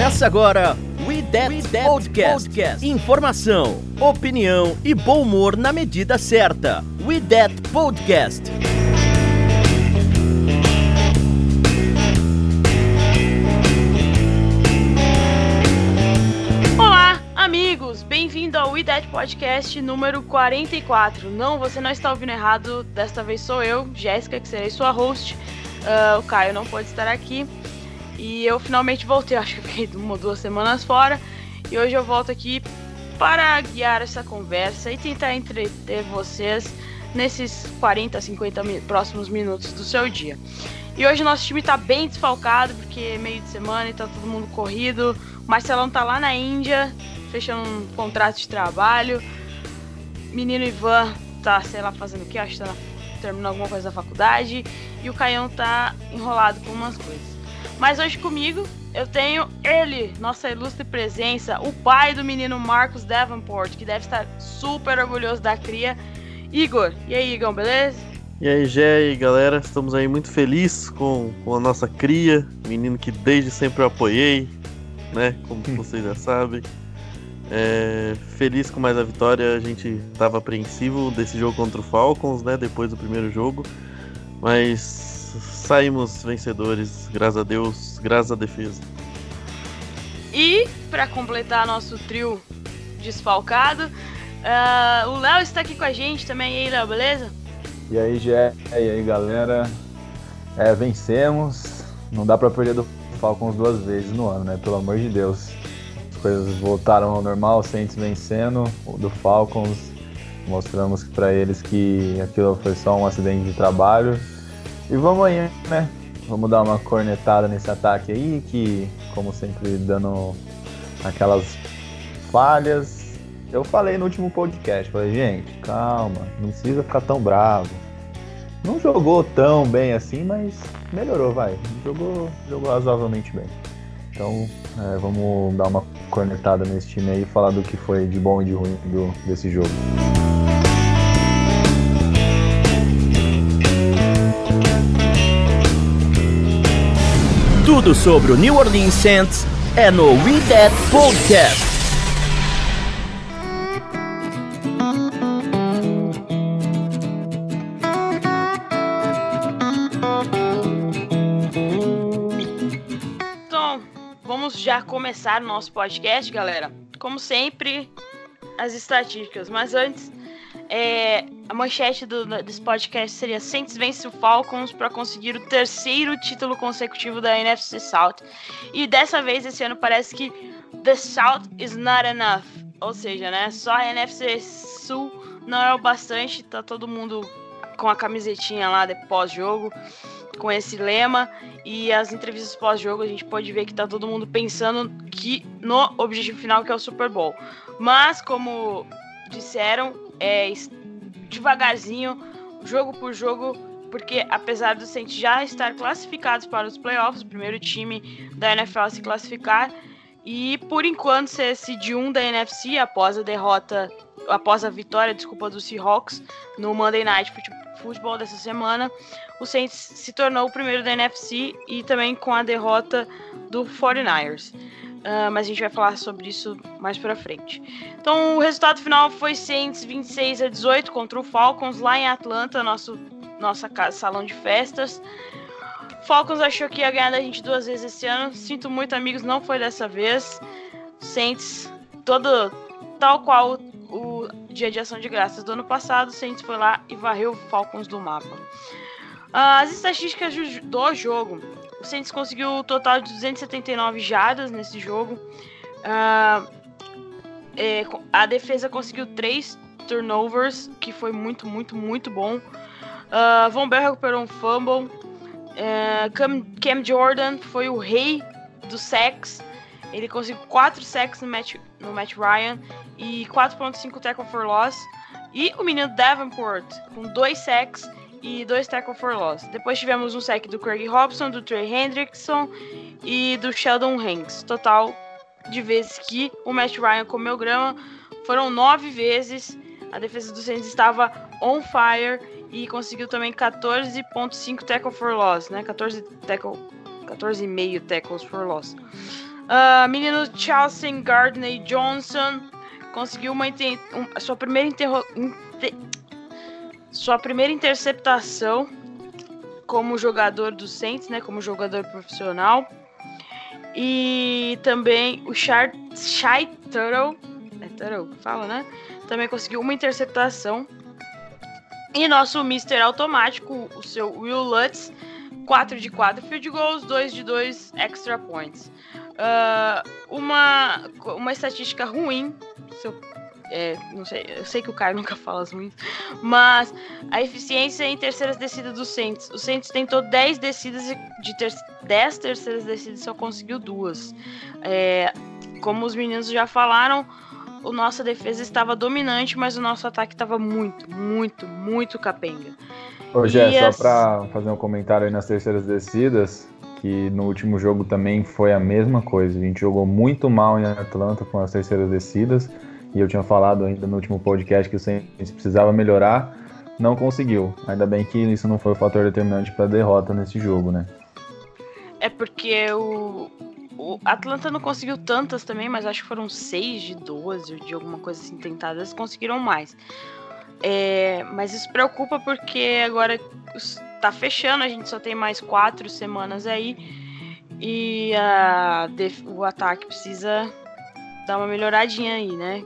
Começa agora We That Podcast. Informação, opinião e bom humor na medida certa. We That Podcast. Olá, amigos! Bem-vindo ao We That Podcast número 44. Não, você não está ouvindo errado. Desta vez sou eu, Jéssica, que serei sua host. O Caio não pode estar aqui. E eu finalmente voltei, acho que eu fiquei 1 ou 2 semanas fora. E hoje eu volto aqui para guiar essa conversa e tentar entreter vocês nesses 40, 50 próximos minutos do seu dia. E hoje nosso time tá bem desfalcado, porque é meio de semana e tá todo mundo corrido. O Marcelão tá lá na Índia, fechando um contrato de trabalho. Menino Ivan tá, sei lá, fazendo o que? Acho que tá terminando alguma coisa da faculdade. E o Caião tá enrolado com umas coisas. Mas hoje comigo eu tenho ele, nossa ilustre presença, o pai do menino Marcos Davenport, que deve estar super orgulhoso da cria, Igor. E aí, Igor, beleza? E aí, Gé e galera, estamos aí muito felizes com a nossa cria, menino que desde sempre eu apoiei, né, como vocês já sabem. Feliz com mais a vitória, a gente estava apreensivo desse jogo contra o Falcons, né, depois do primeiro jogo, mas saímos vencedores, graças a Deus, graças à defesa. E, para completar nosso trio desfalcado, o Léo está aqui com a gente também. E aí, Léo, beleza? E aí, Gé, e aí, galera. Vencemos. Não dá pra perder do Falcons 2 vezes no ano, né? Pelo amor de Deus. As coisas voltaram ao normal, Saints vencendo o do Falcons. Mostramos pra eles que aquilo foi só um acidente de trabalho. E vamos aí, né? Vamos dar uma cornetada nesse ataque aí, que, como sempre, dando aquelas falhas. Eu falei no último podcast, falei, gente, calma, não precisa ficar tão bravo. Não jogou tão bem assim, mas melhorou, vai. Jogou razoavelmente bem. Então, vamos dar uma cornetada nesse time aí e falar do que foi de bom e de ruim desse jogo. Tudo sobre o New Orleans Saints é no We That Podcast. Então, vamos já começar o nosso podcast, galera. Como sempre, as estatísticas. Mas antes, a manchete desse podcast seria: Saints vence o Falcons para conseguir o 3º título consecutivo da NFC South. E dessa vez, esse ano, parece que the South is not enough. Ou seja, né, só a NFC Sul não é o bastante. Tá todo mundo com a camisetinha lá de pós-jogo, com esse lema. E as entrevistas pós-jogo, a gente pode ver que tá todo mundo pensando que no objetivo final, que é o Super Bowl. Mas, como disseram, devagarzinho, jogo por jogo, porque apesar do Saints já estar classificados para os playoffs, o primeiro time da NFL a se classificar, e por enquanto ser seed 1 da NFC após a vitória dos Seahawks no Monday Night Football dessa semana, o Saints se tornou o primeiro da NFC e também com a derrota do 49ers. Mas a gente vai falar sobre isso mais pra frente. Então, o resultado final foi Saints 26-18 contra o Falcons, lá em Atlanta, nossa casa, salão de festas. Falcons achou que ia ganhar da gente 2 vezes esse ano. Sinto muito, amigos, não foi dessa vez. Saints, tal qual o dia de ação de graças do ano passado, Saints foi lá e varreu o Falcons do mapa. As estatísticas do jogo: o Saints conseguiu um total de 279 jardas nesse jogo. A defesa conseguiu 3 turnovers, que foi muito, muito, muito bom. Von Bell recuperou um fumble. Cam Jordan foi o rei dos sacks. Ele conseguiu 4 sacks no Matt Ryan e 4.5 tackle for loss. E o menino Davenport com 2 sacks e 2 tackle for loss. Depois tivemos um sack do Craig Robson, do Trey Hendrickson e do Sheldon Hanks. Total de vezes que o Matt Ryan comeu grama foram 9 vezes. A defesa do Saints estava on fire e conseguiu também 14.5 tackle for loss, né? 14,5 tackles for loss. Menino Chelsea Gardner-Johnson conseguiu sua primeira interceptação como jogador do Saints, né, como jogador profissional. E também o Shai Tuttle, Tuttle que fala, né? Também conseguiu uma interceptação. E nosso Mr. Automático, o seu Will Lutz, 4 de 4 field goals, 2 de 2 extra points. Uma estatística ruim, não sei, eu sei que o Caio nunca fala as ruins, mas a eficiência em terceiras descidas do Saints. O Saints tentou 10 descidas, de 10 terceiras descidas só conseguiu 2. Como os meninos já falaram, a nossa defesa estava dominante, mas o nosso ataque estava muito capenga. Ô, Jé, só para fazer um comentário aí nas terceiras descidas, que no último jogo também foi a mesma coisa. A gente jogou muito mal em Atlanta com as terceiras descidas, e eu tinha falado ainda no último podcast que o Saints precisava melhorar, não conseguiu. Ainda bem que isso não foi o fator determinante para a derrota nesse jogo, né? É porque o Atlanta não conseguiu tantas também, mas acho que foram 6 de 12, de alguma coisa assim tentadas, conseguiram mais. Mas isso preocupa porque agora tá fechando, a gente só tem mais 4 semanas aí, e o ataque precisa dar uma melhoradinha aí, né?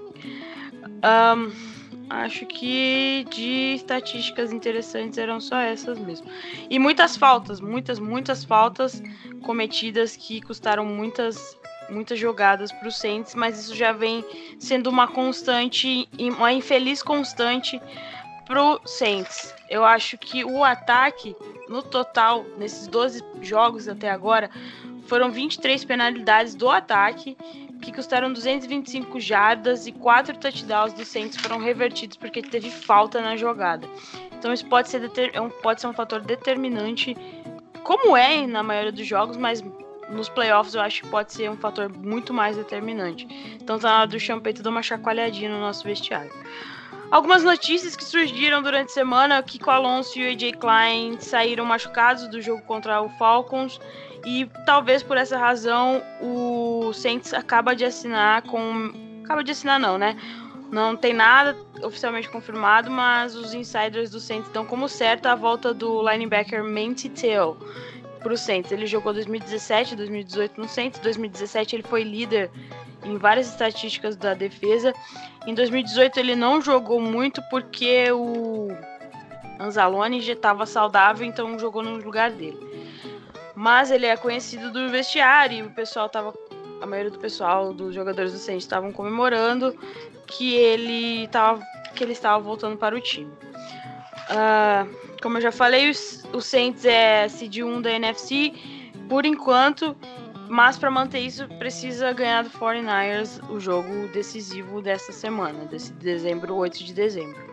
Acho que de estatísticas interessantes eram só essas mesmo. E muitas faltas, muitas faltas cometidas que custaram muitas jogadas para o Saints, mas isso já vem sendo uma constante, uma infeliz constante pro Saints. Eu acho que o ataque, no total, nesses 12 jogos até agora, foram 23 penalidades do ataque, que custaram 225 jardas, e 4 touchdowns do Saints foram revertidos porque teve falta na jogada. Então isso pode ser um fator determinante, como é na maioria dos jogos, mas nos playoffs eu acho que pode ser um fator muito mais determinante. Então tá na hora do Champeito dar uma chacoalhadinha no nosso vestiário. Algumas notícias que surgiram durante a semana: Kiko Alonso e o AJ Klein saíram machucados do jogo contra o Falcons, e talvez por essa razão o Saints acaba de assinar não, né? Não tem nada oficialmente confirmado, mas os insiders do Saints dão como certa a volta do linebacker Manti Te'o pro Saints. Ele jogou 2017, 2018 no Saints. Em 2017 ele foi líder em várias estatísticas da defesa. Em 2018 ele não jogou muito porque o Anzalone já estava saudável, então jogou no lugar dele. Mas ele é conhecido do vestiário, e a maioria do pessoal, dos jogadores do Saints, estavam comemorando que ele estava voltando para o time. Como eu já falei, o Saints é seed 1 da NFC por enquanto, mas para manter isso precisa ganhar do 49ers o jogo decisivo dessa semana, desse 8 de dezembro.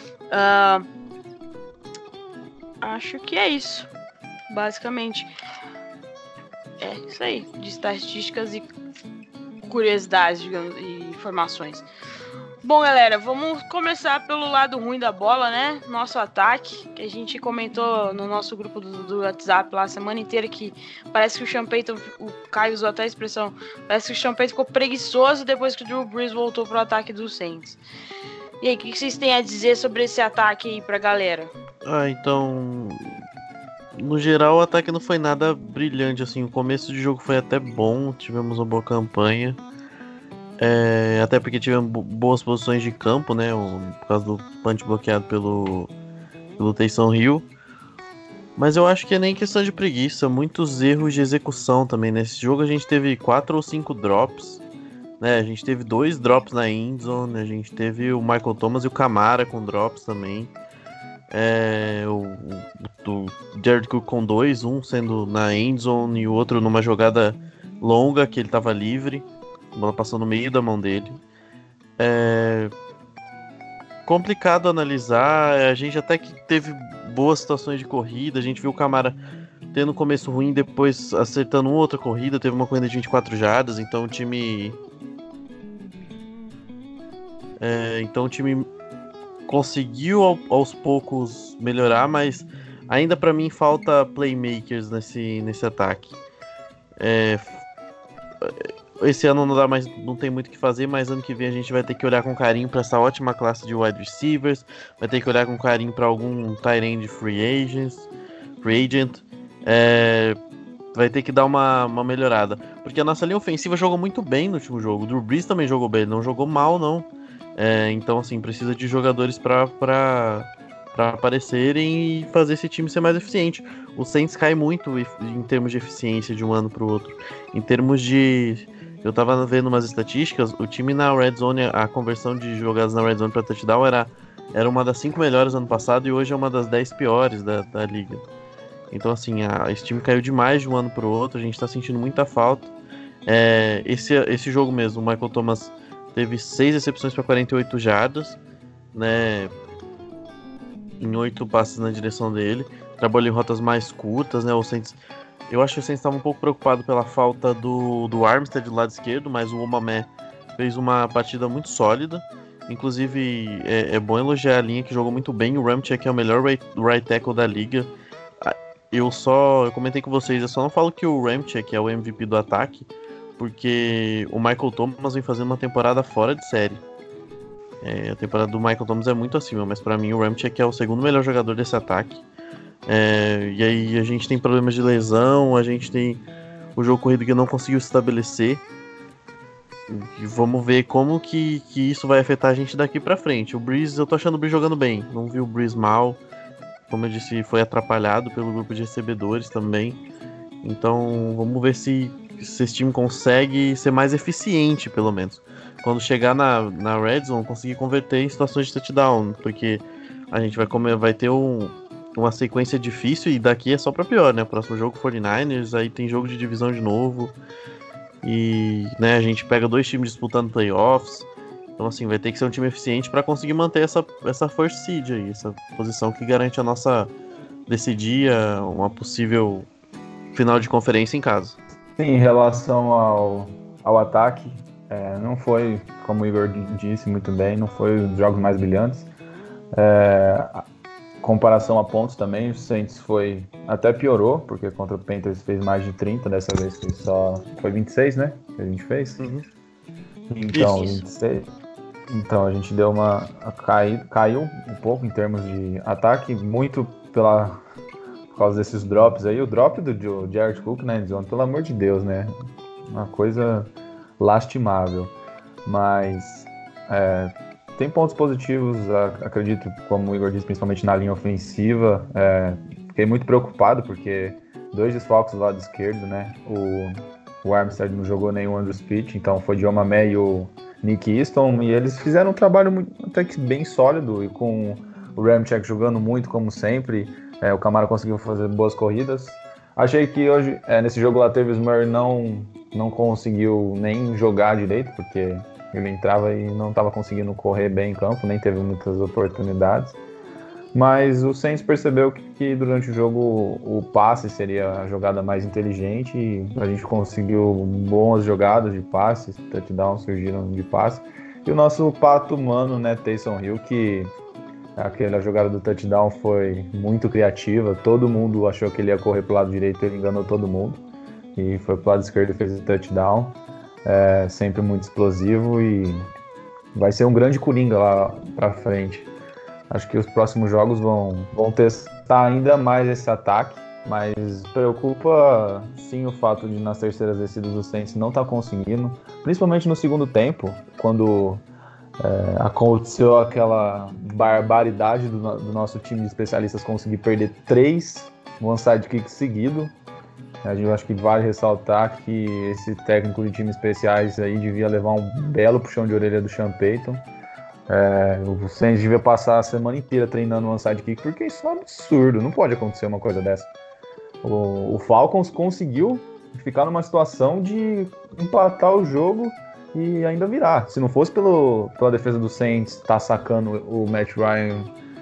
Acho que é isso, basicamente. É isso aí, de estatísticas e curiosidades, digamos, e informações. Bom, galera, vamos começar pelo lado ruim da bola, né? Nosso ataque, que a gente comentou no nosso grupo do WhatsApp lá a semana inteira, que parece que o Sean Payton, o Caio usou até a expressão, parece que o Sean Payton ficou preguiçoso depois que o Drew Brees voltou pro ataque do Saints. E aí, o que vocês têm a dizer sobre esse ataque aí pra galera? Então, no geral, o ataque não foi nada brilhante, assim. O começo de jogo foi até bom, tivemos uma boa campanha. Até porque tivemos boas posições de campo, né? Por causa do punch bloqueado pelo Taysom Hill. Mas eu acho que é nem questão de preguiça, muitos erros de execução também. Nesse jogo a gente teve 4 ou 5 drops, né? A gente teve 2 drops na endzone, a gente teve o Michael Thomas e o Camara com drops também. O Jared Cook com 2, um sendo na endzone e o outro numa jogada longa que ele estava livre. A bola passou no meio da mão dele. Complicado analisar. A gente até que teve boas situações de corrida. A gente viu o Camara tendo um começo ruim, depois acertando uma outra corrida. Teve uma corrida de 24 jardas. Então o time conseguiu aos poucos melhorar, mas ainda para mim falta playmakers nesse ataque. esse ano não tem muito o que fazer, mas ano que vem a gente vai ter que olhar com carinho para essa ótima classe de wide receivers, vai ter que olhar com carinho para algum tight end free agent, vai ter que dar uma melhorada, porque a nossa linha ofensiva jogou muito bem no último jogo, o Drew Brees também jogou bem, ele não jogou mal não, então assim, precisa de jogadores para aparecerem e fazer esse time ser mais eficiente. O Saints cai muito em termos de eficiência de um ano para o outro. Em termos de... Eu tava vendo umas estatísticas, o time na Red Zone, a conversão de jogadas na Red Zone para touchdown era uma das 5 melhores ano passado e hoje é uma das 10 piores da liga. Então assim, esse time caiu demais de um ano para o outro, a gente tá sentindo muita falta. Esse jogo mesmo, o Michael Thomas teve 6 recepções para 48 jardas, né? Em 8 passes na direção dele, trabalhou em rotas mais curtas, né? Eu acho que o Saints estava um pouco preocupado pela falta do Armstead do lado esquerdo, mas o Omameh fez uma partida muito sólida. Inclusive, é bom elogiar a linha que jogou muito bem. O Ramczyk é o melhor right tackle da liga. Eu comentei com vocês, eu só não falo que o Ramczyk é o MVP do ataque, porque o Michael Thomas vem fazendo uma temporada fora de série. A temporada do Michael Thomas é muito acima, mas pra mim o Ramczyk é o segundo melhor jogador desse ataque. E aí a gente tem problemas de lesão, a gente tem o jogo corrido que não conseguiu se estabelecer. E vamos ver como que isso vai afetar a gente daqui pra frente. O Brees, eu tô achando o Brees jogando bem, não vi o Brees mal. Como eu disse, foi atrapalhado pelo grupo de recebedores também. Então vamos ver se esse time consegue ser mais eficiente, pelo menos. Quando chegar na Red Zone, conseguir converter em situações de touchdown, porque a gente vai ter uma sequência difícil e daqui é só pra pior, né? Próximo jogo 49ers, aí tem jogo de divisão de novo e, né, a gente pega 2 times disputando playoffs, então assim, vai ter que ser um time eficiente pra conseguir manter essa first seed aí, essa posição que garante a nossa decidir uma possível final de conferência em casa. Sim, em relação ao ataque, não foi, como o Igor disse muito bem, não foi os jogos mais brilhantes. Comparação a pontos também, o Saints até piorou, porque contra o Panthers fez mais de 30, dessa vez foi 26, né, que a gente fez. Uhum. Então, Isso. 26. Então a gente deu caiu um pouco em termos de ataque, muito por causa desses drops aí. O drop do Jared Cook na endzone, pelo amor de Deus, né? Uma coisa lastimável. Mas tem pontos positivos, acredito, como o Igor disse, principalmente na linha ofensiva. Fiquei muito preocupado porque 2 desfalques do lado esquerdo, né? O Armstead não jogou nem o Andrew Speed, então foi de Omameh e o Nick Easton, e eles fizeram um trabalho até que bem sólido, e com o Ramczyk jogando muito, como sempre, o Kamara conseguiu fazer boas corridas. Achei que hoje, nesse jogo lá, teve o Murray não conseguiu nem jogar direito, porque ele entrava e não estava conseguindo correr bem em campo, nem teve muitas oportunidades. Mas o Saints percebeu que durante o jogo o passe seria a jogada mais inteligente e a gente conseguiu boas jogadas de passes, touchdowns surgiram de passe. E o nosso pato humano, né, Taysom Hill, que aquela jogada do touchdown foi muito criativa, todo mundo achou que ele ia correr pro lado direito, ele enganou todo mundo e foi pro lado esquerdo e fez o touchdown. Sempre muito explosivo e vai ser um grande coringa lá pra frente. Acho que os próximos jogos vão testar ainda mais esse ataque, mas preocupa sim o fato de nas terceiras descidas o Saints não estar conseguindo, principalmente no segundo tempo, quando aconteceu aquela barbaridade do nosso time de especialistas conseguir perder 3 one-side kicks seguidos. A gente acho que vale ressaltar que esse técnico de times especiais aí devia levar um belo puxão de orelha do Sean Payton. O Saints devia passar a semana inteira treinando um onside kick, porque isso é um absurdo, não pode acontecer uma coisa dessa. O Falcons conseguiu ficar numa situação de empatar o jogo e ainda virar. Se não fosse pela defesa do Saints estar sacando o Matt Ryan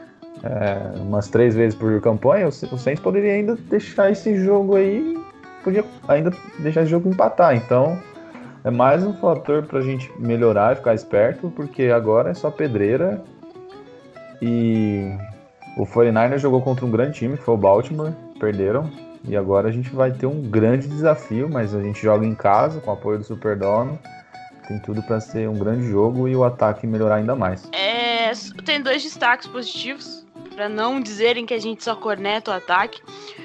umas 3 vezes por campanha, o Saints poderia ainda deixar esse jogo aí, podia ainda deixar esse jogo empatar. Então é mais um fator pra gente melhorar e ficar esperto, porque agora é só pedreira. E o 49ers jogou contra um grande time, que foi o Baltimore, perderam. E agora a gente vai ter um grande desafio, mas a gente joga em casa, com o apoio do Superdome. Tem tudo para ser um grande jogo e o ataque melhorar ainda mais. Tem 2 destaques positivos, para não dizerem que a gente só corneta o ataque.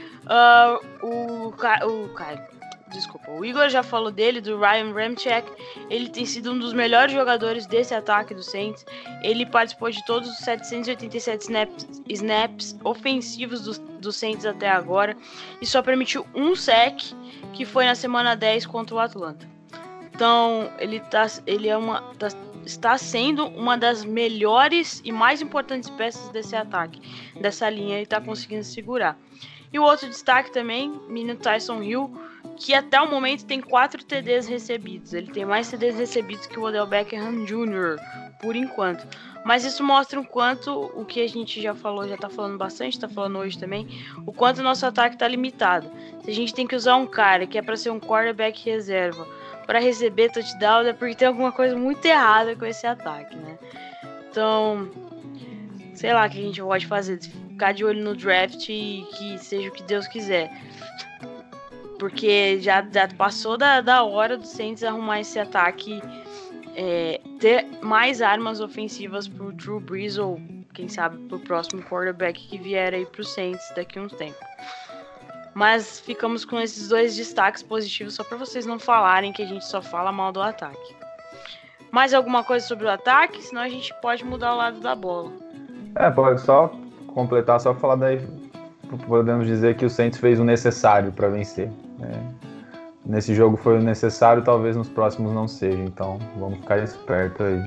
O Igor já falou dele, do Ryan Ramczyk. Ele tem sido um dos melhores jogadores desse ataque do Saints. Ele participou de todos os 787 snaps ofensivos do Saints até agora e só permitiu um sack, que foi na semana 10 contra o Atlanta. Então ele está sendo uma das melhores e mais importantes peças desse ataque, dessa linha, ele está conseguindo segurar. E o outro destaque também, menino Tyson Hill, que até o momento tem 4 TDs recebidos. Ele tem mais TDs recebidos que o Odell Beckham Jr., por enquanto. Mas isso mostra o quanto, o que a gente já falou, já tá falando bastante, tá falando hoje também, o quanto o nosso ataque tá limitado. Se a gente tem que usar um cara que é para ser um quarterback reserva para receber touchdown, é porque tem alguma coisa muito errada com esse ataque, né? Então, sei lá o que a gente pode fazer, ficar de olho no draft e que seja o que Deus quiser. Porque já passou da hora do Saints arrumar esse ataque, ter mais armas ofensivas pro Drew Brees ou, quem sabe, pro próximo quarterback que vier aí pro Saints daqui a um tempo. Mas ficamos com esses 2 destaques positivos só para vocês não falarem que a gente só fala mal do ataque. Mais alguma coisa sobre o ataque? Senão a gente pode mudar o lado da bola. Pode só completar, só falar daí. Podemos dizer que o Saints fez o necessário para vencer. Nesse jogo foi o necessário, talvez nos próximos não seja. Então vamos ficar esperto aí.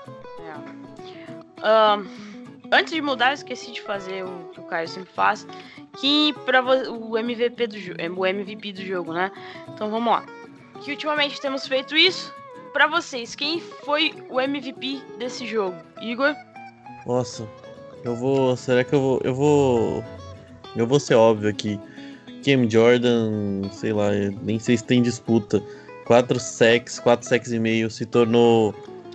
Antes de mudar, eu esqueci de fazer o que o Caio sempre faz, que para o MVP do jogo, né? Então vamos lá. Que ultimamente temos feito isso. Para vocês, quem foi o MVP desse jogo? Igor? Nossa, será que eu vou ser óbvio aqui. Cam Jordan, sei lá, nem sei se tem disputa. 4 sacks e meio, se tornou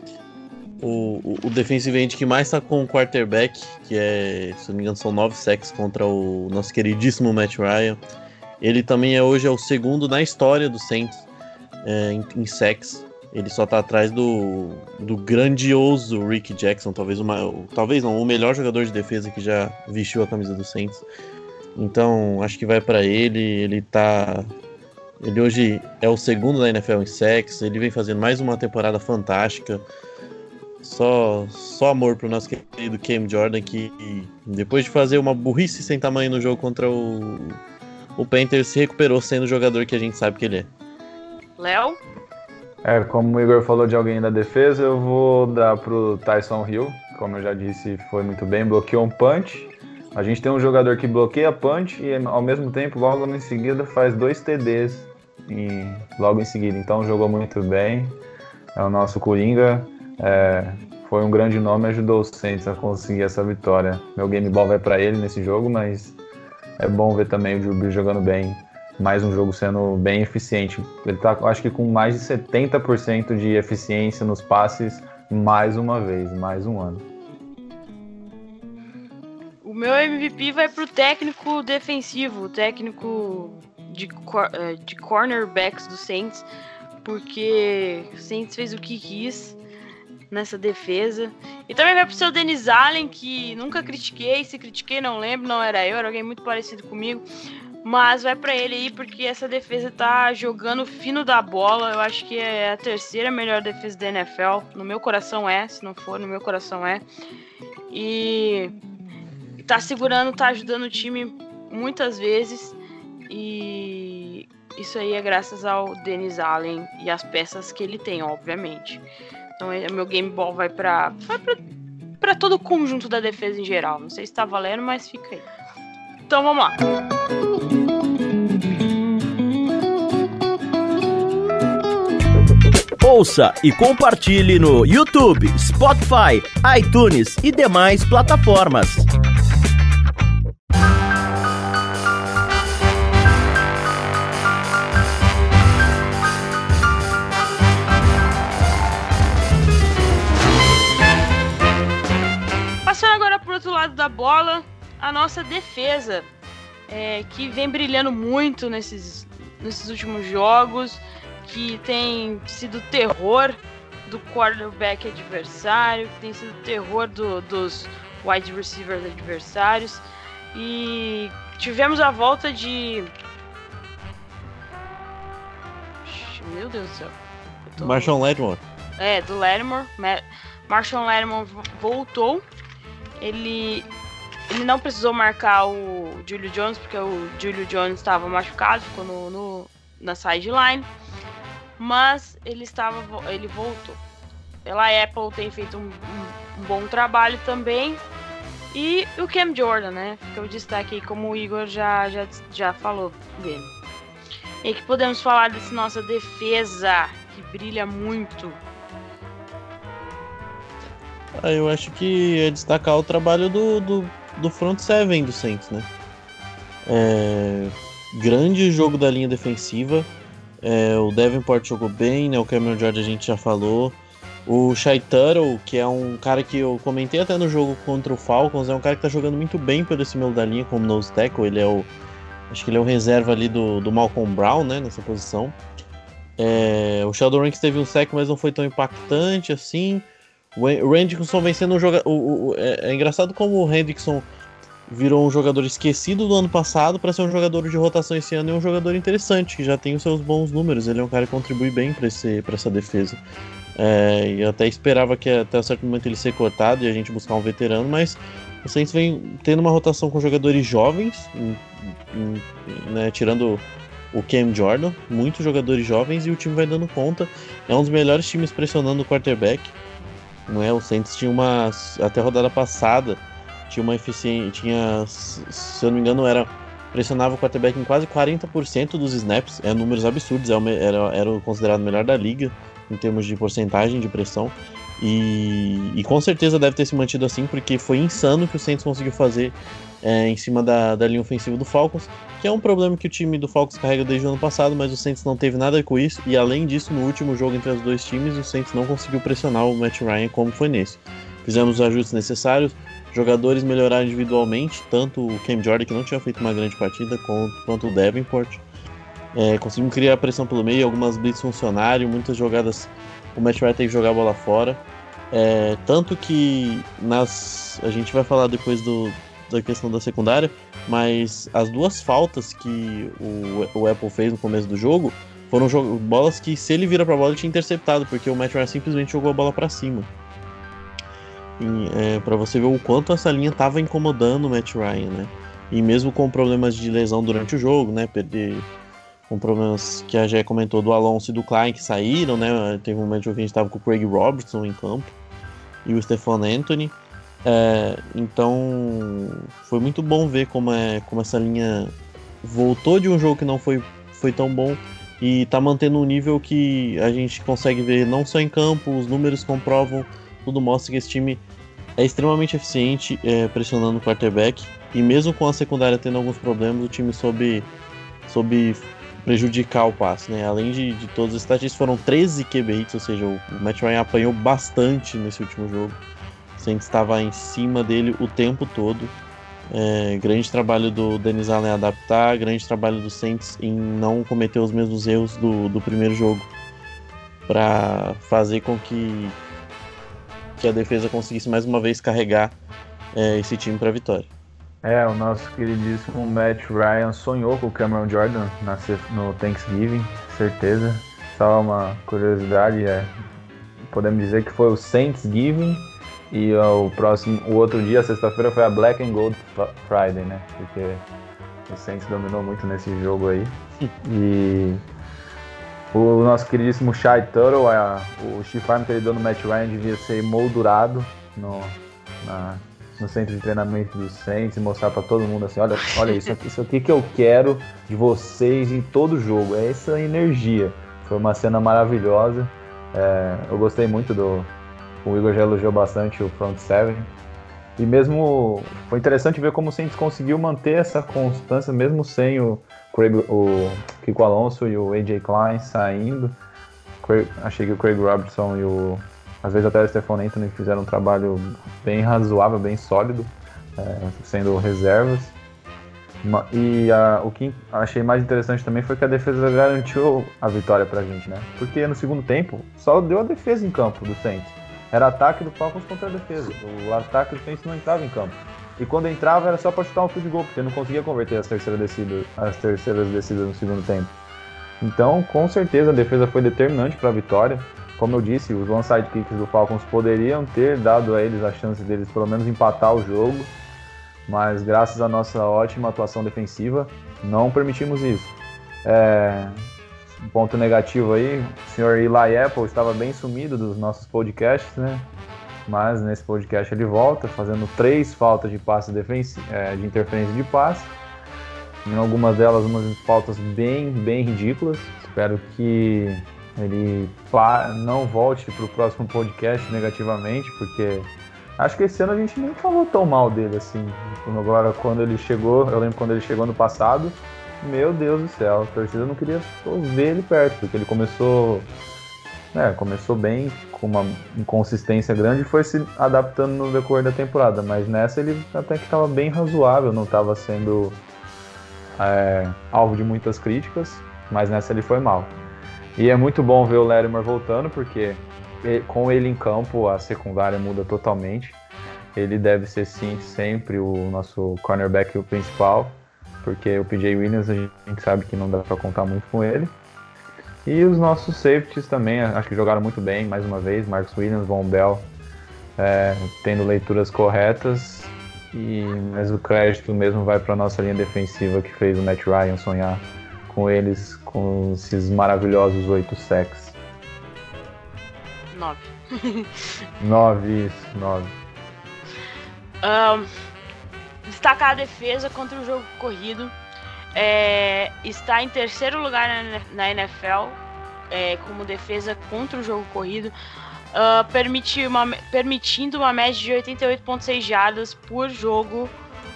o defensive end que mais tá com o quarterback, que se não me engano são 9 sacks contra o nosso queridíssimo Matt Ryan. Ele também hoje é o segundo na história do Saints em sacks. Ele só tá atrás do grandioso Rick Jackson, talvez não, o melhor jogador de defesa que já vestiu a camisa do Saints. Então, acho que vai pra ele. Ele hoje é o segundo da NFL em sacks. Ele vem fazendo mais uma temporada fantástica. Só amor pro nosso querido Cam Jordan, que depois de fazer uma burrice sem tamanho no jogo contra o Panthers, se recuperou sendo o jogador que a gente sabe que ele é. Léo? Como o Igor falou de alguém da defesa, eu vou dar pro Tyson Hill. Como eu já disse, foi muito bem, bloqueou um punch. A gente tem um jogador que bloqueia punch e ao mesmo tempo, logo em seguida, faz 2 TDs logo em seguida. Então jogou muito bem. É o nosso Coringa. Foi um grande nome e ajudou o Saints a conseguir essa vitória. Meu game ball vai para ele nesse jogo, mas é bom ver também o Drew Brees jogando bem. Mais um jogo sendo bem eficiente. Ele tá, acho que com mais de 70% de eficiência nos passes, mais uma vez, mais um ano. O meu MVP vai pro técnico defensivo, o técnico de cornerbacks do Saints, porque o Saints fez o que quis nessa defesa. E também vai pro seu Dennis Allen, que nunca critiquei, se critiquei não lembro, não era eu, era alguém muito parecido comigo. Mas vai pra ele aí, porque essa defesa tá jogando fino da bola. Eu acho que é a 3ª melhor defesa da NFL. No meu coração se não for, no meu coração é. E tá segurando, tá ajudando o time muitas vezes. E isso aí é graças ao Dennis Allen e as peças que ele tem, obviamente. Então meu game ball vai pra todo o conjunto da defesa em geral. Não sei se tá valendo, mas fica aí. Então vamos lá. Ouça e compartilhe no YouTube, Spotify, iTunes e demais plataformas. Passando agora pro outro lado da bola, a nossa defesa. que vem brilhando muito nesses últimos jogos, que tem sido terror do quarterback adversário, que tem sido terror dos wide receivers adversários. E tivemos a volta de... Meu Deus do céu. Marshawn Lattimore. Do Lattimore. Marshawn Lattimore voltou. Ele não precisou marcar o Julio Jones, porque o Julio Jones estava machucado, ficou na sideline. Mas ele voltou. A Apple tem feito um bom trabalho também. E o Cam Jordan, né? Fica o destaque aí, como o Igor já falou dele. E que podemos falar dessa nossa defesa, que brilha muito. Eu acho que é destacar o trabalho do front seven do Saints, né? Grande jogo da linha defensiva. O Davenport jogou bem, né? O Cameron Jordan a gente já falou. O Shai Tuttle, que é um cara que eu comentei até no jogo contra o Falcons, é um cara que tá jogando muito bem por esse meio da linha como nose tackle. Acho que ele é o reserva ali do Malcolm Brown, né? Nessa posição. O Sheldon Rankins teve um sack, mas não foi tão impactante assim. O Hendrickson vem sendo um jogador... É engraçado como o Hendrickson virou um jogador esquecido do ano passado para ser um jogador de rotação esse ano e um jogador interessante, que já tem os seus bons números. Ele é um cara que contribui bem para essa defesa. E eu até esperava que até um certo momento ele ser cortado e a gente buscar um veterano, mas o Saints vem tendo uma rotação com jogadores jovens, né, tirando o Cam Jordan, muitos jogadores jovens, e o time vai dando conta. É um dos melhores times pressionando o quarterback. Não é? O Saints tinha até a rodada passada tinha uma eficiência, se eu não me engano, pressionava o quarterback em quase 40% dos snaps, números absurdos, era considerado o melhor da liga em termos de porcentagem de pressão, e com certeza deve ter se mantido assim, porque foi insano o que o Saints conseguiu fazer em cima da linha ofensiva do Falcons, que é um problema que o time do Falcons carrega desde o ano passado, mas o Saints não teve nada com isso, e além disso, no último jogo entre os dois times, o Saints não conseguiu pressionar o Matt Ryan como foi nesse. Fizemos os ajustes necessários, jogadores melhoraram individualmente, tanto o Cam Jordan, que não tinha feito uma grande partida, quanto o Davenport. Conseguimos criar pressão pelo meio, algumas blitz funcionaram, muitas jogadas o Matt Ryan teve que jogar a bola fora. Tanto que a gente vai falar depois da questão da secundária, mas as duas faltas que o Apple fez no começo do jogo foram bolas que, se ele vira pra bola, ele tinha interceptado, porque o Matt Ryan simplesmente jogou a bola pra cima. Pra você ver o quanto essa linha tava incomodando o Matt Ryan, né? E mesmo com problemas de lesão durante o jogo, né? Com problemas que a Jé comentou do Alonso e do Klein, que saíram, né? Teve um momento que a gente tava com o Craig Robertson em campo e o Stephon Anthony. Então foi muito bom ver como essa linha voltou de um jogo que não foi tão bom e tá mantendo um nível que a gente consegue ver não só em campo, os números comprovam, tudo mostra que esse time é extremamente eficiente pressionando o quarterback, e mesmo com a secundária tendo alguns problemas, o time soube prejudicar o passe, né? Além de todas as estatísticas, foram 13 QB hits, ou seja, o Matt Ryan apanhou bastante nesse último jogo. O Saints estava em cima dele o tempo todo. Grande trabalho do Dennis Allen adaptar, grande trabalho do Saints em não cometer os mesmos erros do primeiro jogo, para fazer com que a defesa conseguisse mais uma vez carregar esse time para a vitória. O nosso queridíssimo Matt Ryan sonhou com o Cameron Jordan no Thanksgiving, certeza. Só uma curiosidade, podemos dizer que foi o Saintsgiving, e o outro dia, sexta-feira, foi a Black and Gold Friday, né? Porque o Saints dominou muito nesse jogo aí. E o nosso queridíssimo Shai Tuttle, o Chifarm que ele deu no Matt Ryan devia ser moldurado no centro de treinamento do Saints e mostrar pra todo mundo assim, olha isso aqui que eu quero de vocês em todo jogo, é essa energia. Foi uma cena maravilhosa. Eu gostei muito o Igor já elogiou bastante o front seven, e mesmo foi interessante ver como o Saints conseguiu manter essa constância mesmo sem o Kiko Alonso e o AJ Klein saindo. Achei que o Craig Robertson e às vezes até o Stephon Anthony fizeram um trabalho bem razoável, bem sólido, sendo reservas. O que achei mais interessante também foi que a defesa garantiu a vitória pra gente, né? Porque no segundo tempo, só deu a defesa em campo do Saints. Era ataque do Falcons contra a defesa. O ataque do Saints não entrava em campo. E quando entrava era só pra chutar um field goal, porque não conseguia converter as terceiras descidas no segundo tempo. Então, com certeza, a defesa foi determinante para a vitória. Como eu disse, os onside kicks do Falcons poderiam ter dado a eles a chance deles pelo menos empatar o jogo, mas graças à nossa ótima atuação defensiva, não permitimos isso. Um ponto negativo aí, o senhor Eli Apple estava bem sumido dos nossos podcasts, né? Mas nesse podcast ele volta, fazendo 3 faltas de passe de interferência de passe. Em algumas delas, umas faltas bem ridículas. Espero que ele não volte para o próximo podcast negativamente, porque acho que esse ano a gente nem falou tão mal dele assim. Agora, quando ele chegou, eu lembro quando ele chegou no passado, meu Deus do céu, a torcida não queria ver ele perto, porque ele começou bem, com uma inconsistência grande e foi se adaptando no decorrer da temporada, mas nessa ele até que estava bem razoável, não estava sendo alvo de muitas críticas, mas nessa ele foi mal. E é muito bom ver o Lattimore voltando, porque com ele em campo a secundária muda totalmente. Ele deve ser sim sempre o nosso cornerback principal, porque o PJ Williams a gente sabe que não dá para contar muito com ele. E os nossos safeties também, acho que jogaram muito bem, mais uma vez, Marcus Williams, Von Bell, tendo leituras corretas. Mas o crédito mesmo vai para a nossa linha defensiva, que fez o Matt Ryan sonhar com eles, com esses maravilhosos 8 sacks. 9. 9, isso, 9. Destacar a defesa contra o jogo corrido. Está em terceiro lugar na NFL como defesa contra o jogo corrido, permitindo uma média de 88,6 jardas por jogo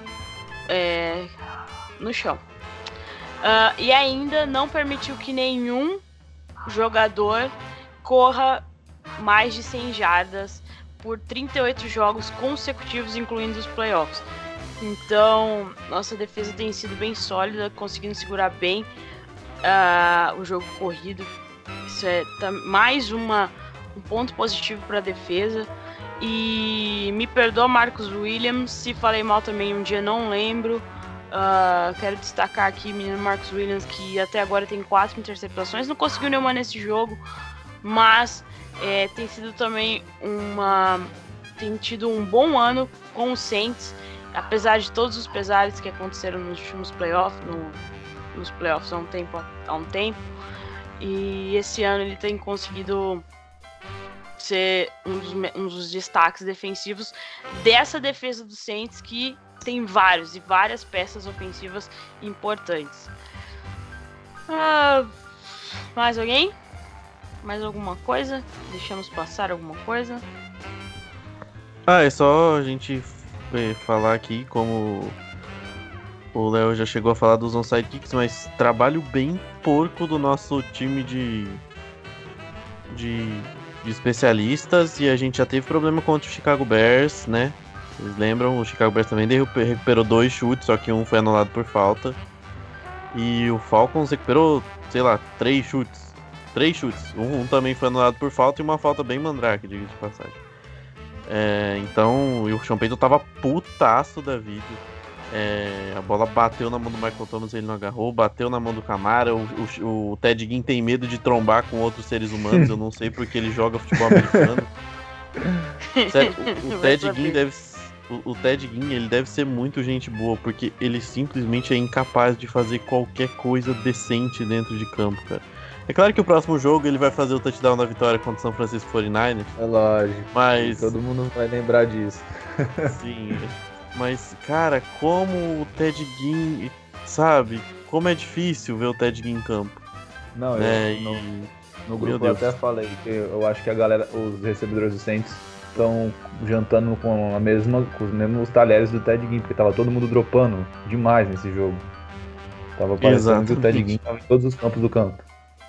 no chão. E ainda não permitiu que nenhum jogador corra mais de 100 jardas por 38 jogos consecutivos, incluindo os playoffs. Então, nossa defesa tem sido bem sólida, conseguindo segurar bem o jogo corrido. Isso é mais um ponto positivo para a defesa. E me perdoa, Marcus Williams, se falei mal também um dia, não lembro. Quero destacar aqui o menino Marcus Williams, que até agora tem 4 interceptações. Não conseguiu nenhuma nesse jogo, mas tem sido também tem tido um bom ano com o Saints, apesar de todos os pesares que aconteceram nos últimos playoffs, nos playoffs há um tempo, e esse ano ele tem conseguido ser um dos destaques defensivos dessa defesa do Saints, que tem várias peças ofensivas importantes. Mais alguém? Mais alguma coisa? Deixamos passar alguma coisa? É só a gente falar aqui, como o Léo já chegou a falar dos onside kicks, mas trabalho bem porco do nosso time de especialistas, e a gente já teve problema contra o Chicago Bears, né? Vocês lembram? O Chicago Bears também recuperou 2 chutes, só que um foi anulado por falta. E o Falcons recuperou, 3 chutes. 3 chutes. Um também foi anulado por falta e uma falta bem mandrake, diga-se de passagem. Então, o Sean Payton tava putaço da vida. A bola bateu na mão do Michael Thomas, ele não agarrou. Bateu na mão do Camara. O Ted Ginn tem medo de trombar com outros seres humanos. Eu não sei porque ele joga futebol americano. Sério, o Ted Ginn ele deve ser muito gente boa, porque ele simplesmente é incapaz de fazer qualquer coisa decente dentro de campo, cara. É claro que o próximo jogo ele vai fazer o touchdown da vitória contra o São Francisco 49ers. É lógico. Mas todo mundo vai lembrar disso. Sim. Mas, cara, como o Ted Ginn, sabe? Como é difícil ver o Ted Ginn em campo. Não, no grupo eu até falei que eu acho que a galera, os recebedores do Saints, estão jantando com os mesmos talheres do Ted Ginn, porque tava todo mundo dropando demais nesse jogo. Tava parecendo que o Ted Ginn tava em todos os campos do campo.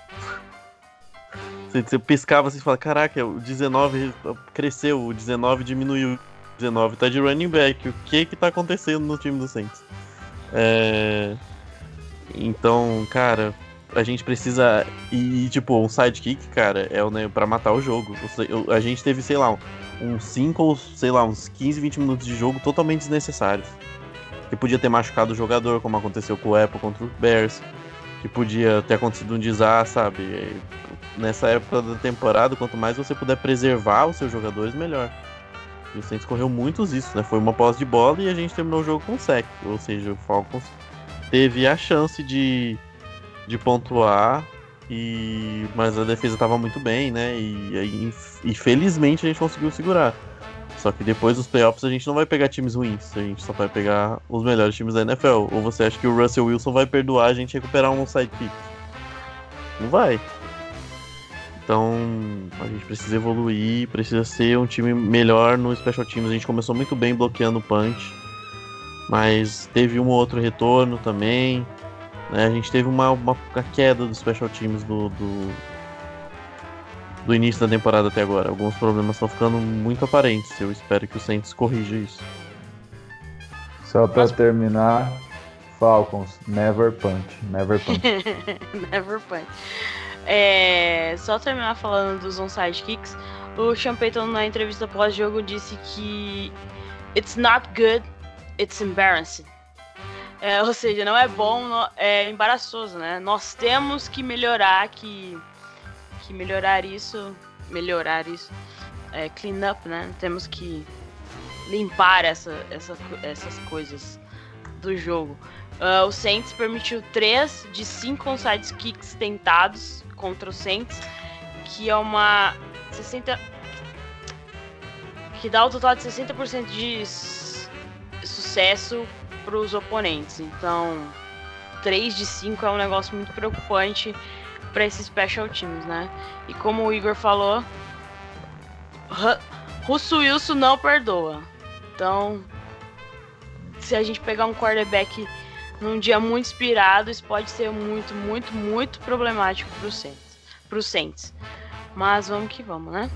Você piscava assim e falava, caraca, o 19 cresceu, o 19 diminuiu, o 19 tá de running back, o que tá acontecendo no time do Saints? Então, cara, a gente precisa. E, tipo, um sidekick, cara, pra matar o jogo. A gente teve, sei lá, uns 5 ou, sei lá, uns 15, 20 minutos de jogo totalmente desnecessários. Que podia ter machucado o jogador, como aconteceu com o Apple contra o Bears. Que podia ter acontecido um desastre, sabe? Nessa época da temporada, quanto mais você puder preservar os seus jogadores, melhor. E o Saints correu muitos isso, né? Foi uma posse de bola e a gente terminou o jogo com sec. Ou seja, o Falcons teve a chance de pontuar, mas a defesa estava muito bem, né? E felizmente a gente conseguiu segurar. Só que depois dos playoffs a gente não vai pegar times ruins, a gente só vai pegar os melhores times da NFL. Ou você acha que o Russell Wilson vai perdoar a gente recuperar um sidekick? Não vai. Então a gente precisa evoluir, precisa ser um time melhor no Special Teams. A gente começou muito bem bloqueando o punch, mas teve um ou outro retorno também, né? A gente teve uma queda dos Special Teams do início da temporada até agora. Alguns problemas estão ficando muito aparentes. Eu espero que o Saints corrija isso. Só pra terminar, Falcons, never punch. Never punch. Never punch. Só terminar falando dos onside kicks. O Sean Payton, na entrevista pós-jogo, disse que it's not good, it's embarrassing. Ou seja, não é bom, é embaraçoso, né? Nós temos que melhorar, melhorar isso, clean up, né? Temos que limpar essas coisas do jogo. O Saints permitiu 3 de 5 onside kicks tentados contra o Saints, que é uma 60, que dá o total de 60% de sucesso para os oponentes. Então, 3 de 5 é um negócio muito preocupante para esses special teams, né? E como o Igor falou, Russell Wilson não perdoa. Então, se a gente pegar um quarterback num dia muito inspirado, isso pode ser muito, muito, muito problemático pro Saints. Mas vamos que vamos, né?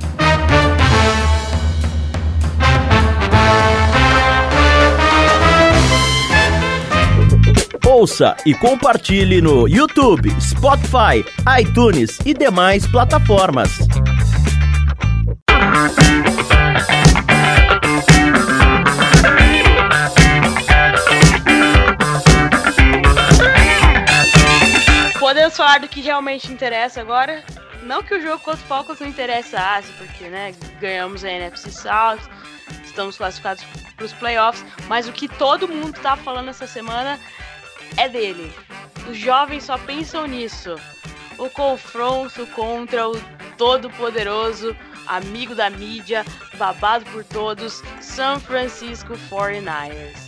Ouça e compartilhe no YouTube, Spotify, iTunes e demais plataformas. Podemos falar do que realmente interessa agora. Não que o jogo contra o Falcons não interessasse, porque, né, ganhamos a NFC South, estamos classificados para os playoffs, mas o que todo mundo tá falando essa semana é dele. Os jovens só pensam nisso. O confronto contra o todo-poderoso, amigo da mídia, babado por todos, San Francisco 49ers.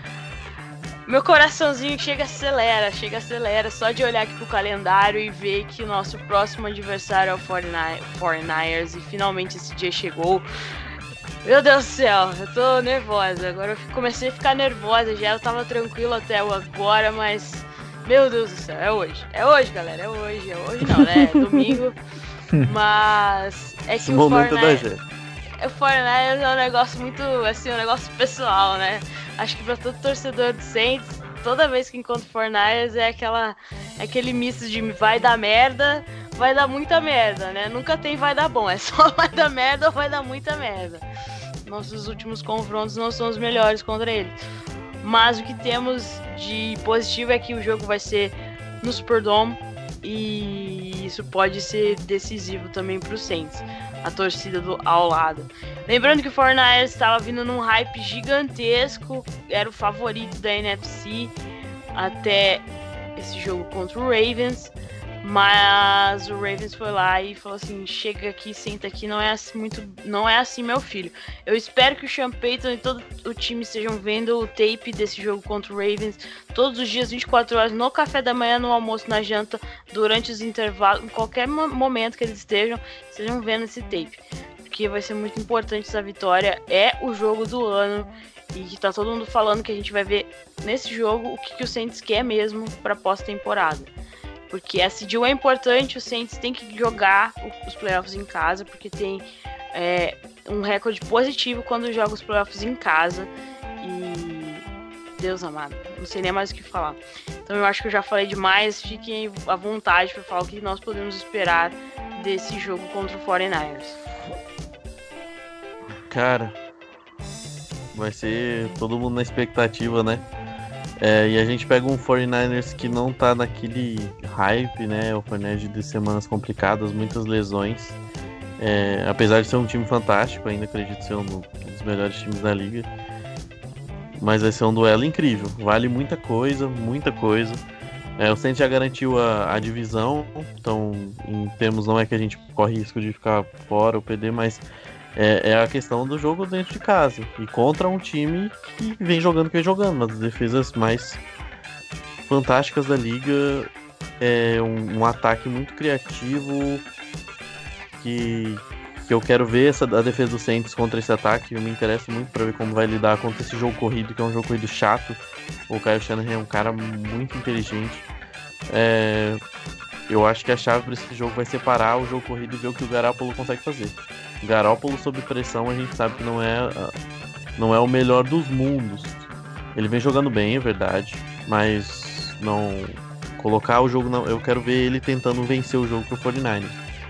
Meu coraçãozinho chega acelera só de olhar aqui pro calendário e ver que o nosso próximo adversário é o 49ers e finalmente esse dia chegou. Meu Deus do céu, eu tô nervosa, agora eu comecei a ficar nervosa, já eu tava tranquilo até agora, mas meu Deus do céu, é hoje galera, é hoje não, né, é domingo, mas é que o 49ers é um negócio muito, assim, um negócio pessoal, né, acho que pra todo torcedor do Saints, toda vez que encontra o 49ers é aquele misto de vai dar merda, vai dar muita merda, né, nunca tem vai dar bom, é só vai dar merda ou vai dar muita merda. Nossos últimos confrontos não são os melhores contra eles. Mas o que temos de positivo é que o jogo vai ser no Superdome e isso pode ser decisivo também para o Saints, a torcida ao lado. Lembrando que o 49ers estava vindo num hype gigantesco, era o favorito da NFC até esse jogo contra o Ravens. Mas o Ravens foi lá e falou assim, chega aqui, senta aqui, não é assim meu filho. Eu espero que o Sean Payton e todo o time estejam vendo o tape desse jogo contra o Ravens todos os dias, 24 horas, no café da manhã, no almoço, na janta, durante os intervalos, em qualquer momento que eles estejam vendo esse tape. Porque vai ser muito importante essa vitória, é o jogo do ano e que tá todo mundo falando que a gente vai ver nesse jogo o que o Saints quer mesmo pra pós-temporada. Porque a seed é importante, o Saints tem que jogar os playoffs em casa, porque tem um recorde positivo quando joga os playoffs em casa. E Deus amado, não sei nem mais o que falar. Então eu acho que eu já falei demais, fiquem à vontade para falar o que nós podemos esperar desse jogo contra o 49ers. Cara, vai ser todo mundo na expectativa, né? E a gente pega um 49ers que não tá naquele hype, né? O 49ers de semanas complicadas, muitas lesões. Apesar de ser um time fantástico, ainda acredito ser um dos melhores times da liga. Mas vai ser um duelo incrível, vale muita coisa, muita coisa. O Saints já garantiu a divisão, então em termos não é que a gente corre risco de ficar fora ou perder, mas é a questão do jogo dentro de casa. E contra um time que vem jogando o que vem jogando, uma das defesas mais fantásticas da liga. Um ataque muito criativo que eu quero ver a defesa do Saints contra esse ataque. Eu me interesso muito para ver como vai lidar contra esse jogo corrido, que é um jogo corrido chato. O Kyle Shanahan é um cara muito inteligente. Eu acho que a chave para esse jogo vai ser parar o jogo corrido e ver o que o Garoppolo consegue fazer. O Garoppolo sob pressão, a gente sabe que não é o melhor dos mundos. Ele vem jogando bem, é verdade, mas não colocar o jogo... Não, eu quero ver ele tentando vencer o jogo pro 49ers.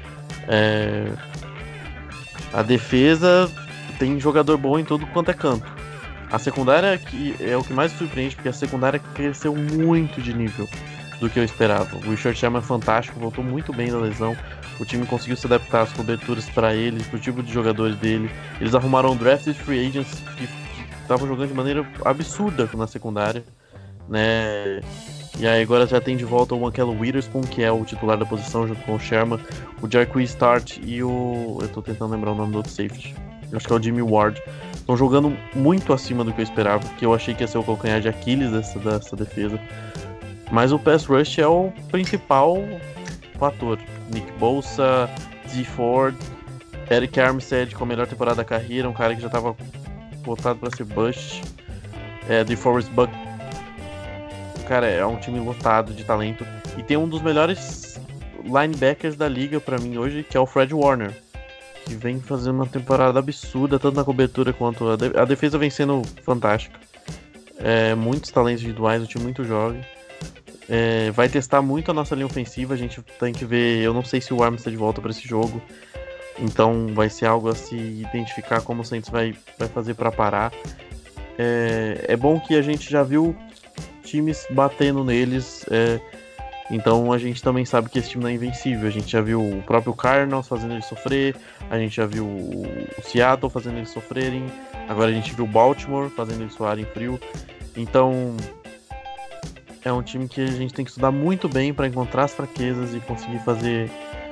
A defesa tem jogador bom em tudo quanto é canto. A secundária que é o que mais surpreende, porque a secundária cresceu muito de nível do que eu esperava. O Richard Sherman é fantástico, voltou muito bem da lesão. O time conseguiu se adaptar às coberturas para ele, pro tipo de jogadores dele. Eles arrumaram drafted free agents que estavam jogando de maneira absurda na secundária, né? E aí agora já tem de volta o Markello Witherspoon, que é o titular da posição, junto com o Sherman, o Jarquez Start e o... Eu tô tentando lembrar o nome do outro safety. Eu acho que é o Jimmy Ward. Estão jogando muito acima do que eu esperava, que eu achei que ia ser o calcanhar de Aquiles dessa defesa. Mas o pass rush é o principal fator. Nick Bosa, Dee Ford, Eric Armstead com a melhor temporada da carreira, um cara que já estava votado para ser bust. DeForest Buck, cara, é um time lotado de talento. E tem um dos melhores linebackers da liga para mim hoje, que é o Fred Warner, que vem fazendo uma temporada absurda, tanto na cobertura quanto a defesa vem sendo fantástica. Muitos talentos individuais, um time muito jovem. Vai testar muito a nossa linha ofensiva. A gente tem que ver. Eu não sei se o Armstead volta para esse jogo, então vai ser algo a se identificar como o Saints vai fazer para parar. É bom que a gente já viu times batendo neles, então a gente também sabe que esse time não é invencível. A gente já viu o próprio Cardinals fazendo eles sofrer, a gente já viu o Seattle fazendo eles sofrerem, agora a gente viu o Baltimore fazendo eles soarem frio. Então é um time que a gente tem que estudar muito bem para encontrar as fraquezas e conseguir fazer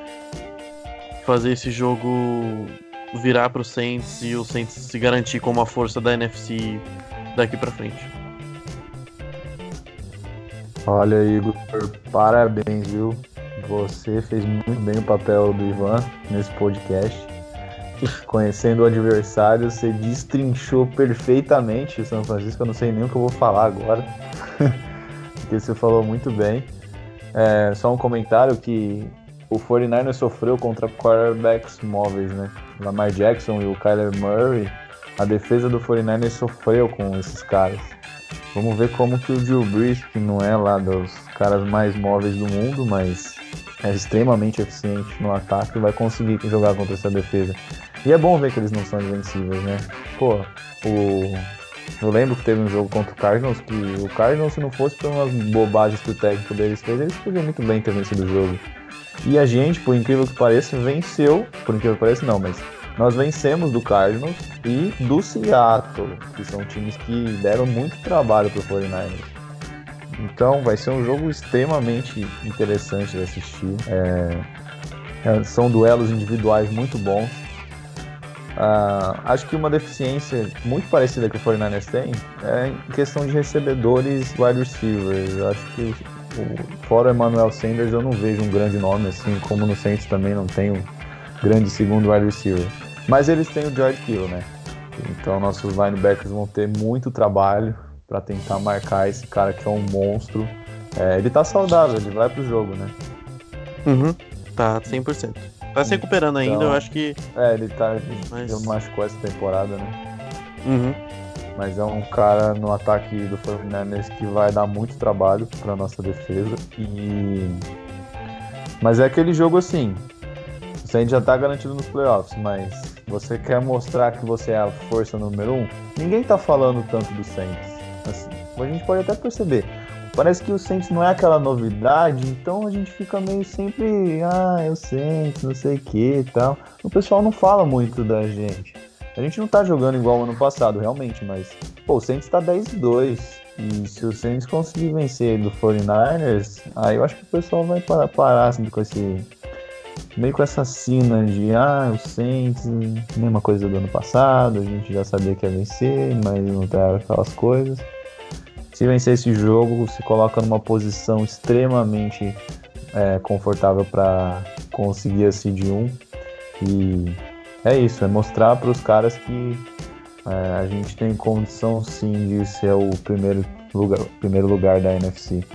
esse jogo virar para o Saints e o Saints se garantir como a força da NFC daqui para frente. Olha, Igor, parabéns, viu? Você fez muito bem o papel do Ivan nesse podcast. Conhecendo o adversário, você destrinchou perfeitamente o São Francisco. Eu não sei nem o que eu vou falar agora. Porque você falou muito bem. Só um comentário que o 49ers sofreu contra quarterbacks móveis, né? Lamar Jackson e o Kyler Murray. A defesa do 49ers sofreu com esses caras. Vamos ver como que o Drew Brees, que não é lá dos caras mais móveis do mundo, mas é extremamente eficiente no ataque, vai conseguir jogar contra essa defesa. E é bom ver que eles não são invencíveis, né? Pô, eu lembro que teve um jogo contra o Cardinals, que o Cardinals, se não fosse por umas bobagens que o técnico deles fez, eles podiam muito bem ter vencido o jogo. E a gente, por incrível que pareça, venceu, por incrível que pareça não, mas nós vencemos do Cardinals e do Seattle, que são times que deram muito trabalho pro 49ers. Então vai ser um jogo extremamente interessante de assistir. São duelos individuais muito bons. Acho que uma deficiência muito parecida que o 49ers tem é em questão de recebedores wide receivers. Eu acho que fora o Emmanuel Sanders eu não vejo um grande nome, assim como no Saints também não tem um grande segundo wide receiver. Mas eles têm o George Kittle, né? Então nossos linebackers vão ter muito trabalho para tentar marcar esse cara que é um monstro. Ele tá saudável, ele vai pro jogo, né? Tá 100%. Tá se recuperando ainda, então, eu acho que... ele machucou essa temporada, né? mas é um cara no ataque do 49ers que vai dar muito trabalho para nossa defesa. Mas é aquele jogo assim, o Saints já tá garantido nos playoffs, mas você quer mostrar que você é a força número 1? Ninguém tá falando tanto do Saints. Assim, a gente pode até perceber. Parece que o Saints não é aquela novidade, então a gente fica meio sempre, é o Saints, não sei o que e tal. O pessoal não fala muito da gente. A gente não tá jogando igual o ano passado, realmente, mas o Saints tá 10-2. E se o Saints conseguir vencer do 49ers, aí eu acho que o pessoal vai parar assim, com esse... meio com essa sina de, o Saints, mesma coisa do ano passado, a gente já sabia que ia vencer, mas não tem aquelas coisas. Se vencer esse jogo, se coloca numa posição extremamente confortável para conseguir a seed 1. E é isso, é mostrar para os caras que a gente tem condição sim de ser o primeiro lugar da NFC.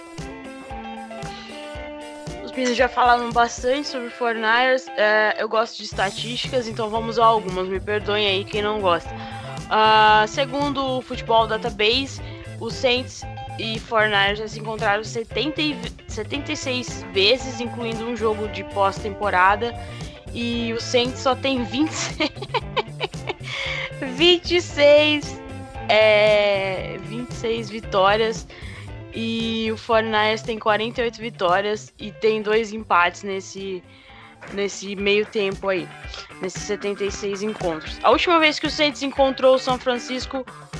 Os meninos já falaram bastante sobre 49ers, eu gosto de estatísticas, então vamos a algumas, me perdoem aí quem não gosta. Segundo o Football Database, os Saints e 49ers já se encontraram 76 vezes, incluindo um jogo de pós-temporada, e o Saints só tem 26 vitórias, e o 49ers tem 48 vitórias e tem 2 empates nesse meio tempo aí, nesses 76 encontros. A última vez que o Saints encontrou o San Francisco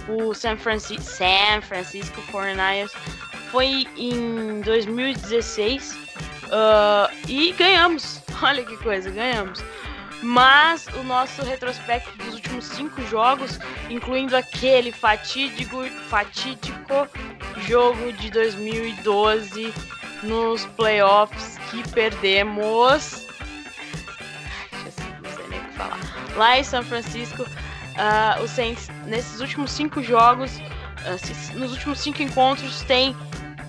49ers foi em 2016 e ganhamos. Olha que coisa, ganhamos. Mas o nosso retrospecto dos últimos 5 jogos, incluindo aquele fatídico jogo de 2012 nos playoffs que perdemos, não sei nem o que falar, lá em São Francisco. O Saints, nesses últimos 5 jogos, nos últimos 5 encontros, tem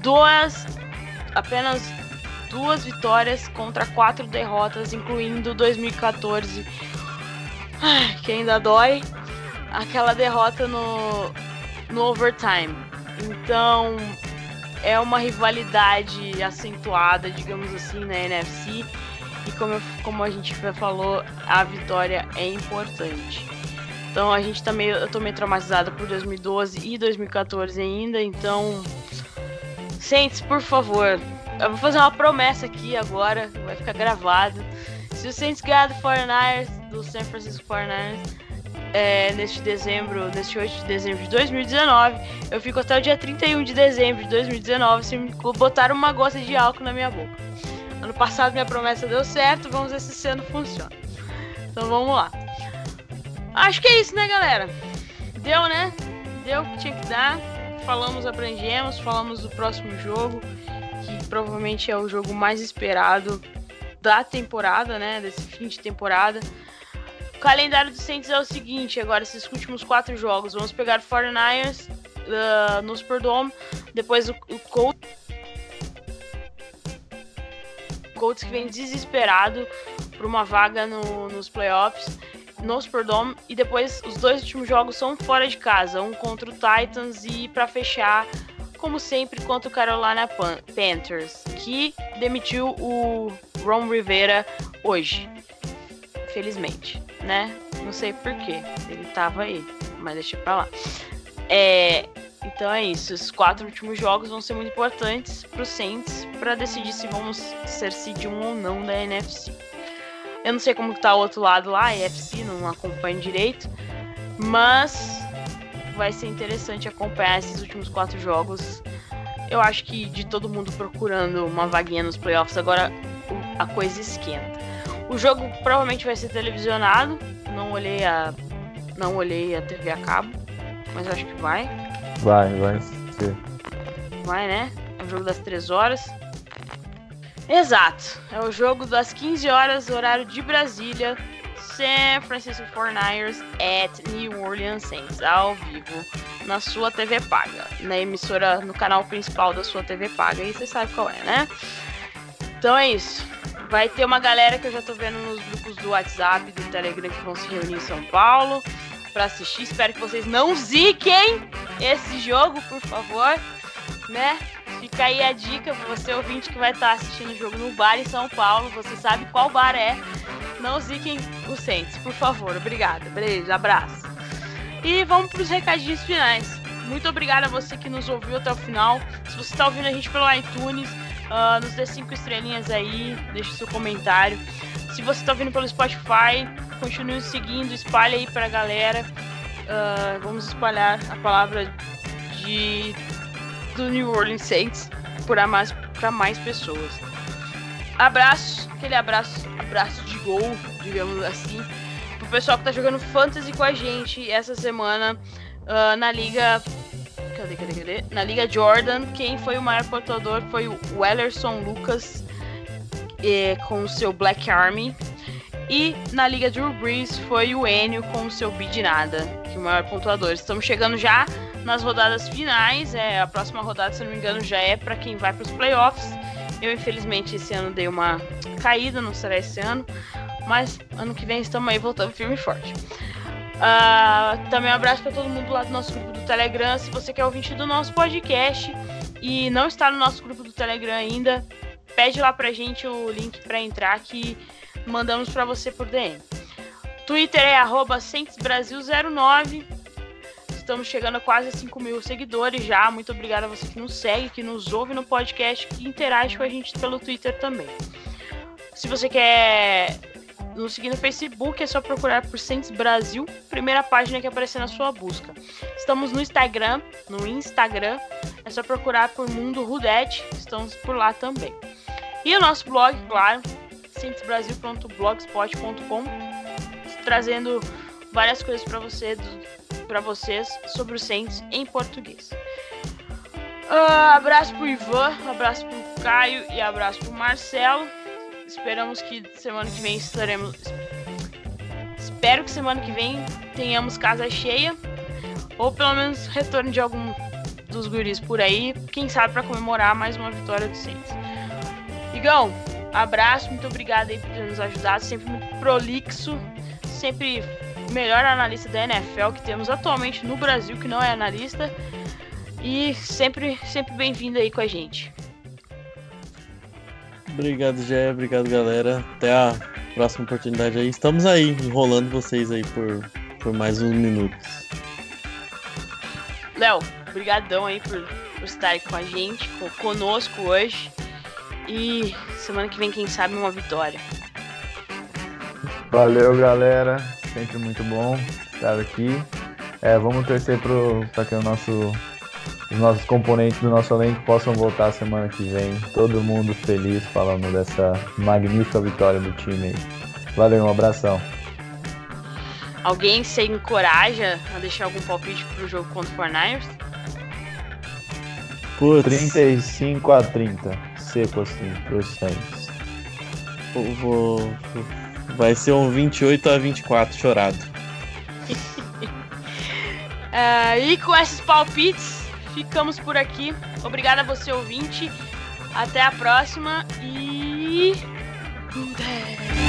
apenas 2 vitórias contra 4 derrotas, incluindo 2014, que ainda dói, aquela derrota no overtime. Então, é uma rivalidade acentuada, digamos assim, na NFC, e como a gente já falou, a vitória é importante. Então eu tô meio traumatizada por 2012 e 2014 ainda, então Saints, por favor, eu vou fazer uma promessa aqui agora, vai ficar gravado. Se o Saints ganhar do 49ers, do San Francisco 49ers, neste 8 de dezembro de 2019, eu fico até o dia 31 de dezembro de 2019 sem botar uma gota de álcool na minha boca. Ano passado minha promessa deu certo, vamos ver se esse ano funciona. Então vamos lá. Acho que é isso, né, galera? Deu, né? Deu o que tinha que dar. Abrangemos, falamos do próximo jogo, que provavelmente é o jogo mais esperado da temporada, né? Desse fim de temporada. O calendário do Saints é o seguinte, agora esses últimos 4 jogos. Vamos pegar o 49ers no Superdome, depois o Colts que vem desesperado por uma vaga nos playoffs no Superdome, e depois os 2 últimos jogos são fora de casa, um contra o Titans e para fechar, como sempre, contra o Carolina Panthers, que demitiu o Ron Rivera hoje, felizmente, né? Não sei porquê, ele tava aí, mas deixa pra lá. Então é isso, os 4 últimos jogos vão ser muito importantes pro Saints para decidir se vamos ser seed 1 ou não da NFC. Eu não sei como que tá o outro lado lá, a AFC, não acompanho direito, mas vai ser interessante acompanhar esses últimos 4 jogos. Eu acho que de todo mundo procurando uma vaguinha nos playoffs, agora a coisa esquenta. O jogo provavelmente vai ser televisionado, não olhei a TV a cabo, mas acho que vai. Vai ser. Vai, né? É o jogo das 3 horas. Exato, é o jogo das 15 horas, horário de Brasília, San Francisco 49ers at New Orleans Saints, ao vivo, na sua TV paga, na emissora, no canal principal da sua TV paga, e você sabe qual é, né? Então é isso, vai ter uma galera que eu já tô vendo nos grupos do WhatsApp, do Telegram, que vão se reunir em São Paulo, pra assistir. Espero que vocês não ziquem esse jogo, por favor, né? Fica aí a dica pra você, ouvinte, que vai estar assistindo o jogo no bar em São Paulo. Você sabe qual bar é. Não ziquem os Saints, por favor. Obrigada. Beijo, abraço. E vamos pros recadinhos finais. Muito obrigada a você que nos ouviu até o final. Se você está ouvindo a gente pelo iTunes, nos dê 5 estrelinhas aí, deixe seu comentário. Se você está ouvindo pelo Spotify, continue nos seguindo, espalhe aí pra galera. Vamos espalhar a palavra do New Orleans Saints para mais pessoas. Abraço, aquele abraço de gol, digamos assim, pro pessoal que tá jogando Fantasy com a gente essa semana na Liga. Cadê? Na Liga Jordan, quem foi o maior pontuador foi o Wellerson Lucas com o seu Black Army. E na Liga Drew Brees foi o Enio com o seu Bid Nada, que é o maior pontuador. Estamos chegando já nas rodadas finais. A próxima rodada, se não me engano, já é para quem vai para os playoffs. Eu, infelizmente, esse ano dei uma caída, não será esse ano. Mas ano que vem estamos aí voltando firme e forte. Também um abraço para todo mundo lá do nosso grupo do Telegram. Se você quer ouvir do nosso podcast e não está no nosso grupo do Telegram ainda, pede lá pra gente o link para entrar que mandamos para você por DM. Twitter é @SaintsBrasil09. Estamos chegando a quase 5 mil seguidores já. Muito obrigado a você que nos segue, que nos ouve no podcast, que interage com a gente pelo Twitter também. Se você quer nos seguir no Facebook, é só procurar por Saints Brasil, primeira página que aparecer na sua busca. Estamos no Instagram, é só procurar por Mundo Rudet, estamos por lá também. E o nosso blog, claro, saintsbrasil.blogspot.com, trazendo várias coisas para vocês sobre o Saints em português. Abraço pro Ivan, abraço pro Caio e abraço pro Marcelo. Esperamos que semana que vem Espero que semana que vem tenhamos casa cheia, ou pelo menos retorno de algum dos guris por aí, quem sabe para comemorar mais uma vitória do Saints. Igão, abraço, muito obrigado aí por ter nos ajudado, sempre muito prolixo, sempre o melhor analista da NFL que temos atualmente no Brasil, que não é analista, e sempre bem-vindo aí com a gente. Obrigado, Gé, obrigado, galera, até a próxima oportunidade aí, estamos aí, enrolando vocês aí por mais uns minutos. Léo, brigadão aí por estar com a gente, conosco hoje, e semana que vem, quem sabe, uma vitória. Valeu, galera. Sempre muito bom estar aqui. Vamos torcer para que os nossos componentes do nosso elenco possam voltar semana que vem. Todo mundo feliz falando dessa magnífica vitória do time aí. Valeu, um abração. Alguém se encoraja a deixar algum palpite pro jogo contra o 49ers? 35-30. Seco assim, pros Saints. Vai ser um 28-24 chorado. E com esses palpites, ficamos por aqui. Obrigado a você, ouvinte. Até a próxima e...